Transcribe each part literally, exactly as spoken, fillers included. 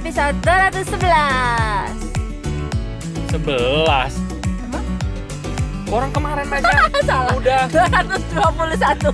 episode dua ratus sebelas. sebelas Emang? Orang kemarin aja Salah. udah dua ratus dua puluh satu.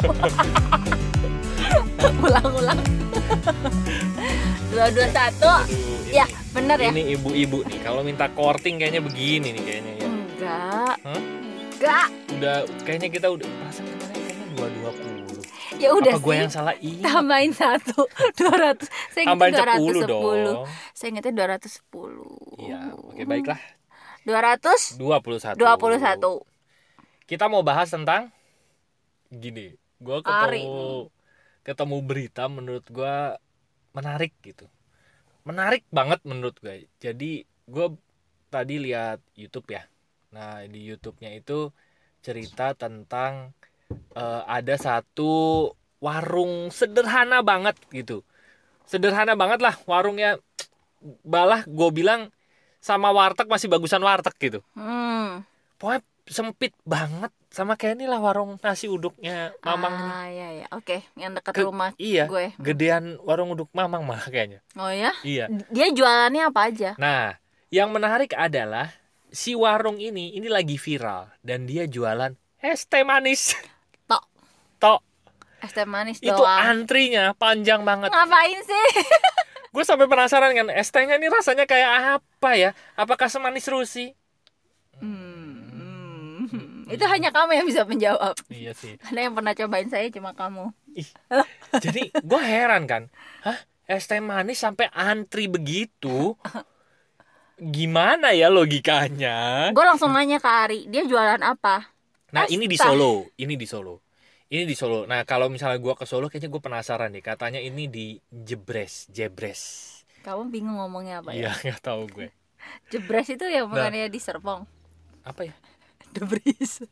Ulang-ulang. dua ratus dua puluh satu. Aduh, Ya, ini- benar ya? Ini ibu-ibu nih kalau minta courting kayaknya begini nih kayaknya ya. Enggak. Hah? Enggak. Udah kayaknya kita udah perasaan kemarin kayaknya dua ratus dua puluh. Ya udah Apa gue sih. yang salah? Iya. Tambahin satu. dua ratus. Saya Tambahin ingetnya sepuluh dua ratus sepuluh. dong. Saya ingetnya dua ratus sepuluh. Iya, oke baiklah. dua ratus dua puluh satu. dua puluh satu. Kita mau bahas tentang gini. Gue Ari. ketemu ketemu berita menurut gue menarik gitu. Menarik banget menurut gue. Jadi gue tadi lihat YouTube ya. Nah di YouTube-nya itu cerita tentang uh, ada satu warung sederhana banget gitu. Sederhana banget lah warungnya. Balah gue bilang sama warteg masih bagusan warteg gitu. Hmm. Pokoknya sempit banget. Sama kayak inilah warung nasi uduknya Mamang ini. Ah, iya ya. Oke, yang dekat Ke- rumah iya, gue. gedean warung uduk Mamang malah kayaknya. Oh ya? Iya. Dia jualannya apa aja? Nah, yang menarik adalah si warung ini ini lagi viral dan dia jualan es teh manis. Tok. Tok. Es teh manis Itu doang. antrinya panjang banget. Ngapain sih? Gue sampai penasaran kan es tehnya ini rasanya kayak apa ya? Apakah semanis Rusi? Hmm. hmm. Itu hanya kamu yang bisa menjawab. Iya sih. Karena yang pernah cobain saya cuma kamu. Ih. Jadi gue heran kan. Hah? Es teh manis sampai antri begitu? Gimana ya logikanya? Gue langsung nanya ke Ari, dia jualan apa? Nah ini di Pasta. Solo, ini di Solo, ini di Solo. Nah kalau misalnya gue ke Solo, kayaknya gue penasaran nih. Katanya ini di Jebres, Jebres. Kamu bingung ngomongnya apa ya? Iya nggak tahu gue. Jebres itu yang Nah. bukannya di Serpong. Apa ya? Debris.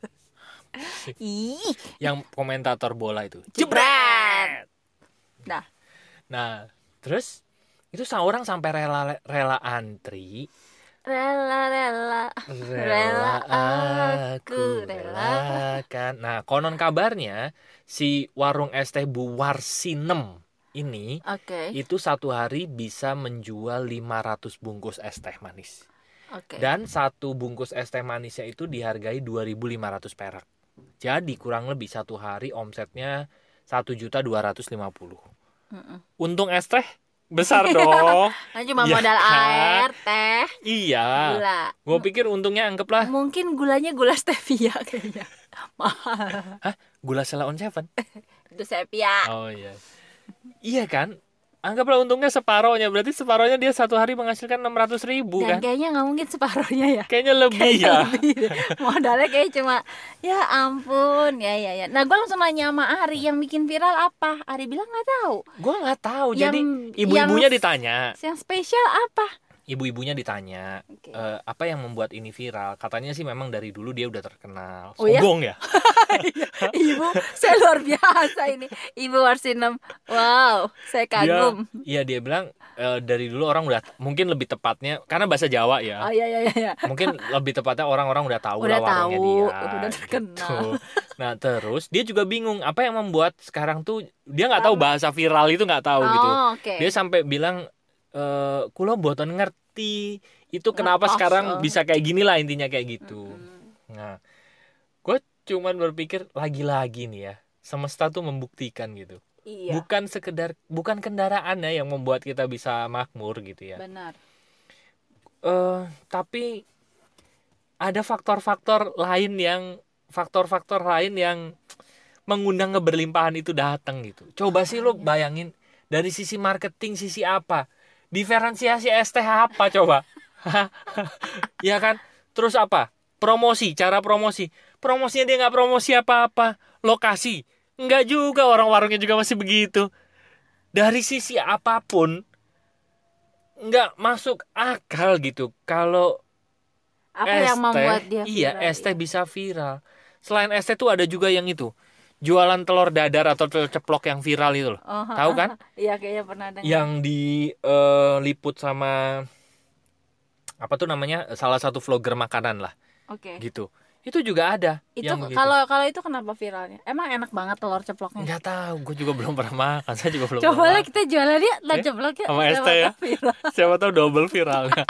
Ih, Yang komentator bola itu. Jebret. Nah, Nah terus itu seorang sampai rela rela antri. rela-rela. Rela aku relakan. Nah konon kabarnya si warung es teh Bu Warsinem ini Oke. itu satu hari bisa menjual lima ratus bungkus es teh manis. Oke. Dan satu bungkus es teh manisnya itu dihargai dua ribu lima ratus perak. Jadi kurang lebih satu hari omsetnya satu juta dua ratus lima puluh. Mm-mm. Untung es teh besar dong. Kan cuma Iya modal kan? air, teh, Iya. gula. Gue pikir untungnya anggaplah Mungkin gulanya gula stevia kayaknya. Mahal. hah, gula Sela on Seven. Itu stevia. Oh iya. Iya kan? Anggaplah untungnya separohnya. Berarti separohnya dia satu hari menghasilkan enam ratus ribu Dan kan? kayaknya nggak mungkin separuhnya ya. Kayaknya lebih Kayaknya ya. lebih deh. Modalnya kayak cuma ya ampun ya ya ya. Nah gue langsung nanya sama Ari yang bikin viral apa. Ari bilang nggak tahu. Gue nggak tahu. Yang- Jadi ibu-ibunya yang- ditanya. Yang spesial apa? Ibu-ibunya ditanya. Oke. "Eh, apa yang membuat ini viral? Katanya sih memang dari dulu dia udah terkenal. Oh ya? Sombong ya? Ibu, saya luar biasa ini. Ibu Warsinem. Wow, saya kagum. Dia, iya dia bilang eh, dari dulu orang udah mungkin lebih tepatnya karena bahasa Jawa ya. Oh iya iya iya. iya. Mungkin lebih tepatnya orang-orang udah tahu Udah lah warungnya tahu, dia. udah terkenal. gitu. Nah terus dia juga bingung apa yang membuat sekarang tuh dia nggak tahu bahasa viral itu nggak tahu gitu. Oh, oke. Dia sampai bilang eh kulo mboten ngerti itu kenapa Ngepas, sekarang oh. bisa kayak gini lah intinya kayak gitu. Mm-mm. Nah gue cuman berpikir lagi-lagi nih ya semesta tuh membuktikan gitu. Iya. Bukan sekedar bukan kendaraannya yang membuat kita bisa makmur gitu ya. Benar. Eh tapi ada faktor-faktor lain yang faktor-faktor lain yang mengundang keberlimpahan itu datang gitu. Coba sih lo bayangin dari sisi marketing, sisi apa? Diferensiasi es teh apa coba? Ya kan? Terus apa? Promosi, cara promosi. Promosinya dia nggak promosi apa-apa. Lokasi, nggak juga, orang warungnya juga masih begitu. Dari sisi apapun nggak masuk akal gitu. Kalau Apa es yang membuat teh, dia iya viral, es teh iya. bisa viral. Selain es teh tuh ada juga yang itu jualan telur dadar atau telur ceplok yang viral itu loh. Oh, Tahu kan? Iya kayaknya pernah dengar. Yang diliput sama apa tuh namanya salah satu vlogger makanan lah Oke. gitu. Itu juga ada. Itu yang begitu. kalau kalau itu kenapa viralnya? Emang enak banget telur ceploknya? Nggak tahu, gue juga belum pernah makan. Saya juga belum Coba pernah lah makan. kita jualan ya telur Eh, ceploknya. sama es Siapa teh ya. tahu viral. Siapa tahu double viralnya.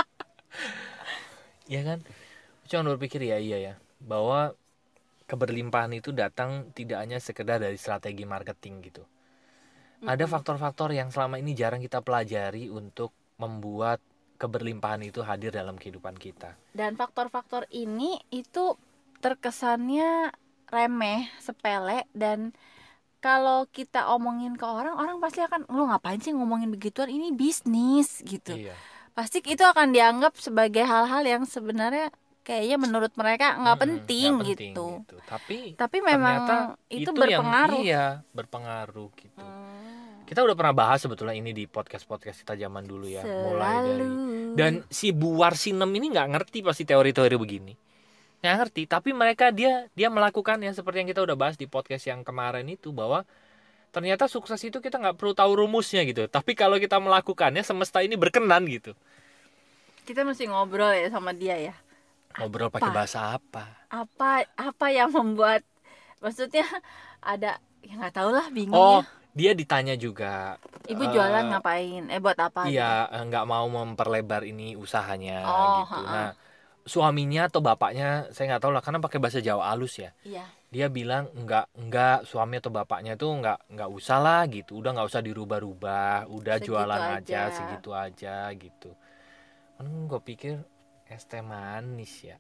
Ya kan? Cuma berpikir ya iya ya, bahwa keberlimpahan itu datang tidak hanya sekedar dari strategi marketing gitu. Ada faktor-faktor yang selama ini jarang kita pelajari untuk membuat keberlimpahan itu hadir dalam kehidupan kita. Dan faktor-faktor ini itu terkesannya remeh, sepele, dan kalau kita omongin ke orang, orang pasti akan, lu ngapain sih ngomongin begituan, ini bisnis gitu. Iya. Pasti itu akan dianggap sebagai hal-hal yang sebenarnya kayaknya menurut mereka nggak Mm-mm, penting, nggak penting gitu. gitu. Tapi Tapi memang ternyata itu, itu berpengaruh. yang iya berpengaruh gitu. Hmm. Kita udah pernah bahas sebetulnya ini di podcast-podcast kita zaman dulu ya. Mulai dari Selalu. dan si Bu Warsinem ini nggak ngerti pasti teori-teori begini. Nggak ngerti, tapi mereka dia dia melakukannya seperti yang kita udah bahas di podcast yang kemarin itu, bahwa ternyata sukses itu kita nggak perlu tahu rumusnya gitu. Tapi kalau kita melakukannya, semesta ini berkenan gitu. Kita mesti ngobrol ya sama dia ya. Ngobrol pakai Apa? bahasa apa? Apa apa yang membuat, maksudnya ada ya nggak tahu lah, bingung Oh, ya. dia ditanya juga. Ibu eh, jualan ngapain? Eh buat apa? Iya, eh, nggak mau memperlebar ini usahanya Oh, gitu. ha-ha. Nah, suaminya atau bapaknya saya nggak tahu lah, karena pakai bahasa Jawa halus ya. Iya. Dia bilang enggak enggak suami atau bapaknya tuh enggak enggak usah lah gitu, udah nggak usah dirubah-rubah, udah Segitu jualan aja. aja. segitu aja gitu. Kan gue pikir es teh manis ya.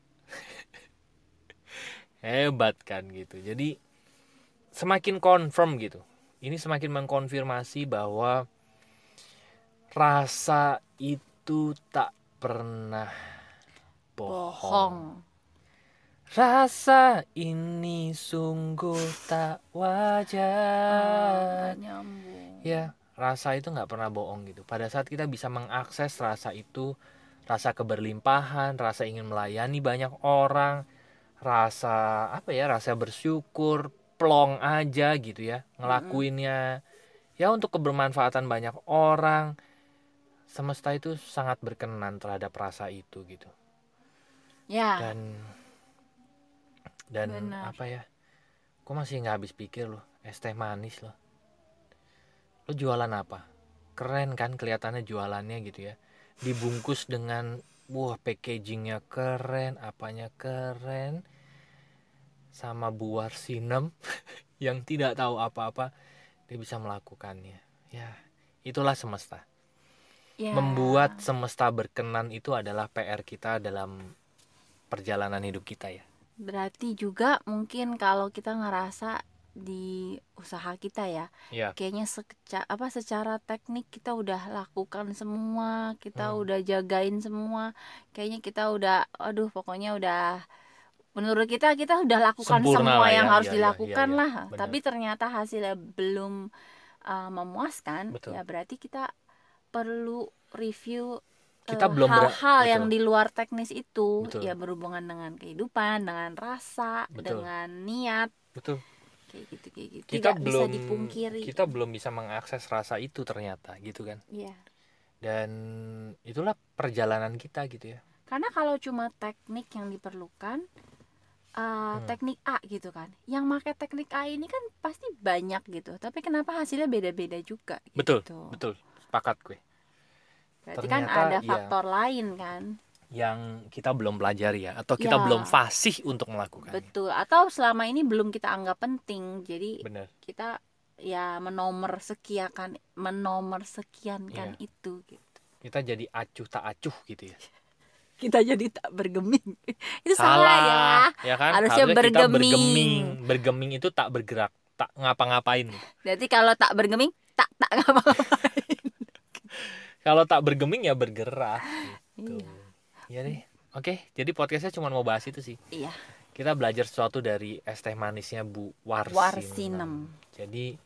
Hebat kan gitu. Jadi semakin confirm gitu. Ini semakin mengkonfirmasi bahwa rasa itu tak pernah bohong. Bohong. Rasa ini sungguh tak Ah, wajar. nggak nyambung. Ya, rasa itu nggak pernah bohong gitu. Pada saat kita bisa mengakses rasa itu, rasa keberlimpahan, rasa ingin melayani banyak orang, rasa apa ya, rasa bersyukur, plong aja gitu ya, ngelakuinnya ya untuk kebermanfaatan banyak orang. Semesta itu sangat berkenan terhadap rasa itu gitu. Ya. Dan dan Benar. apa ya, gue masih nggak habis pikir loh, es teh manis loh. Lo jualan apa? Keren kan kelihatannya jualannya gitu ya. Dibungkus dengan wah packagingnya keren, apanya keren. Sama Bu Warsinem yang tidak tahu apa-apa, dia bisa melakukannya. Ya, itulah semesta. Ya. Membuat semesta berkenan itu adalah P R kita dalam perjalanan hidup kita ya. Berarti juga mungkin kalau kita ngerasa di usaha kita ya, Ya. kayaknya seca, apa secara teknik kita udah lakukan semua, kita Hmm. udah jagain semua, kayaknya kita udah, aduh pokoknya udah, menurut kita kita udah lakukan Sempurna semua lah yang ya, harus iya, iya, dilakukan iya, iya, lah, benar. tapi ternyata hasilnya belum uh, memuaskan. Betul. Ya berarti kita perlu review Kita uh, belum ber- hal-hal betul. yang di luar teknis itu. Betul. Ya berhubungan dengan kehidupan, dengan rasa, Betul. dengan niat, Betul. kayak gitu kayak gitu. Kita Tidak belum bisa dipungkiri. kita belum bisa mengakses rasa itu ternyata gitu kan. Iya. Dan itulah perjalanan kita gitu ya. Karena kalau cuma teknik yang diperlukan, uh, Hmm. teknik A gitu kan, yang pakai teknik A ini kan pasti banyak gitu, tapi kenapa hasilnya beda-beda juga gitu. Betul, betul. Sepakat gue. Berarti kan Ternyata, ada iya. faktor lain kan. Yang kita belum pelajari ya, atau kita Ya. belum fasih untuk melakukannya. Betul. Atau selama ini belum kita anggap penting. Jadi Benar. kita ya menomor sekiankan menomor sekiankan Iya. itu gitu. Kita jadi acuh tak acuh gitu ya. Kita jadi tak bergeming. Itu salah, ya. Ya kan? Harusnya kita bergeming. bergeming. Bergeming itu tak bergerak, tak ngapa-ngapain. Berarti kalau tak bergeming, tak tak ngapa-ngapain. Kalau tak bergeming ya bergerak gitu. Iya. Iya deh. Oke, jadi podcastnya cuma mau bahas itu sih. Iya. Kita belajar sesuatu dari es teh manisnya Bu Warsinem. Warsinem. Jadi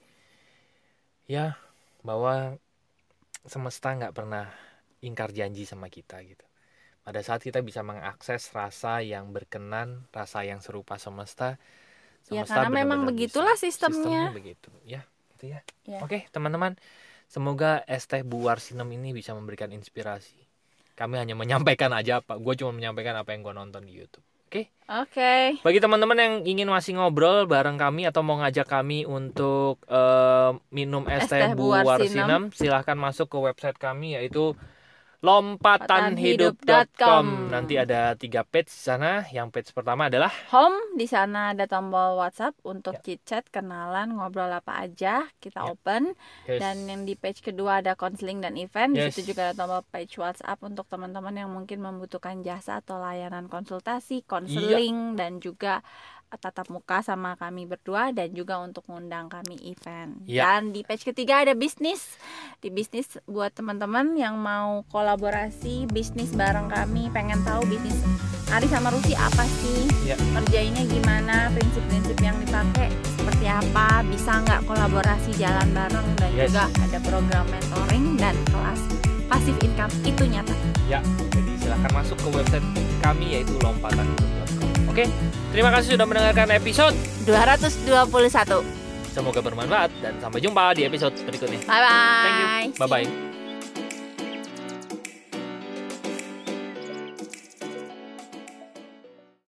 ya bahwa semesta nggak pernah ingkar janji sama kita gitu. Pada saat kita bisa mengakses rasa yang berkenan, rasa yang serupa semesta, Ya, semesta karena memang benar-benar begitulah bisa. sistemnya. begitu, ya, gitu ya. Ya. Oke, teman-teman, semoga es teh Bu Warsinem ini bisa memberikan inspirasi. Kami hanya menyampaikan aja apa, gue cuma menyampaikan apa yang gue nonton di YouTube. Oke. Oke. Bagi teman-teman yang ingin masih ngobrol bareng kami atau mau ngajak kami untuk uh, minum es teh buar sinem, silahkan masuk ke website kami yaitu lompatan hidup dot com. Nanti ada tiga page di sana. Yang page pertama adalah home. Di sana ada tombol WhatsApp untuk ya. chit chat, kenalan, ngobrol apa aja kita ya. open. Yes. Dan yang di page kedua ada konseling dan event. Di Yes. situ juga ada tombol page WhatsApp untuk teman-teman yang mungkin membutuhkan jasa atau layanan konsultasi, konseling, ya. Dan juga tatap muka sama kami berdua dan juga untuk ngundang kami event. Ya. Dan di page ketiga ada bisnis. Di bisnis buat teman-teman yang mau kolaborasi bisnis bareng kami, pengen tahu bisnis Ari sama Rusi apa sih, ya. Kerjainnya gimana, prinsip-prinsip yang dipakai seperti apa, bisa nggak kolaborasi jalan bareng, dan yes. juga ada program mentoring dan kelas passive income itu nyata. Ya, jadi silahkan masuk ke website kami yaitu lompatan hidup dot com. Oke, terima kasih sudah mendengarkan episode dua ratus dua puluh satu. Semoga bermanfaat dan sampai jumpa di episode berikutnya. Bye bye. Thank you. Bye bye.